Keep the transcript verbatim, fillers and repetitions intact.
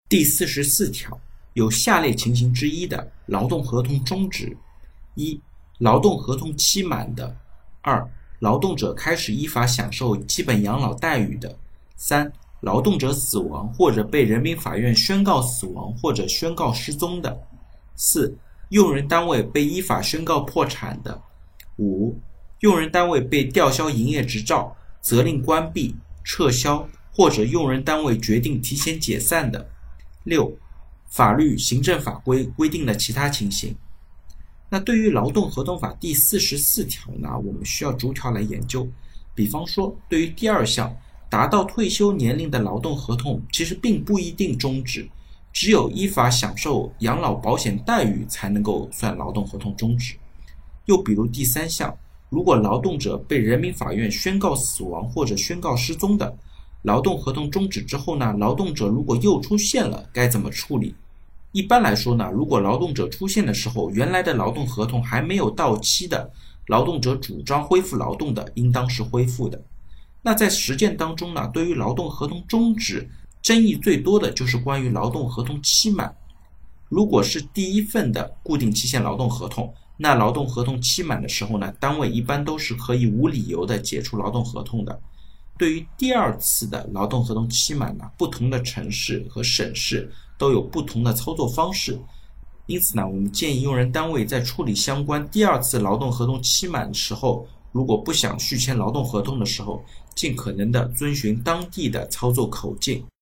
第四十四条，有下列情形之一的，劳动合同终止：一、劳动合同期满的；二、劳动者开始依法享受基本养老待遇的；三、劳动者死亡或者被人民法院宣告死亡或者宣告失踪的；四、用人单位被依法宣告破产的；五、用人单位被吊销营业执照、责令关闭、撤销或者用人单位决定提前解散的；六、法律、行政法规规定的其他情形。那对于劳动合同法第四十四条呢，我们需要逐条来研究。比方说，对于第二项，达到退休年龄的劳动合同其实并不一定终止，只有依法享受养老保险待遇才能够算劳动合同终止。又比如第三项，如果劳动者被人民法院宣告死亡或者宣告失踪的，劳动合同终止之后呢，劳动者如果又出现了，该怎么处理？一般来说呢，如果劳动者出现的时候，原来的劳动合同还没有到期的，劳动者主张恢复劳动的，应当是恢复的。那在实践当中呢，对于劳动合同终止，争议最多的就是关于劳动合同期满。如果是第一份的固定期限劳动合同，那劳动合同期满的时候呢，单位一般都是可以无理由的解除劳动合同的。对于第二次的劳动合同期满呢，不同的城市和省市都有不同的操作方式，因此呢，我们建议用人单位在处理相关第二次劳动合同期满的时候，如果不想续签劳动合同的时候，尽可能的遵循当地的操作口径。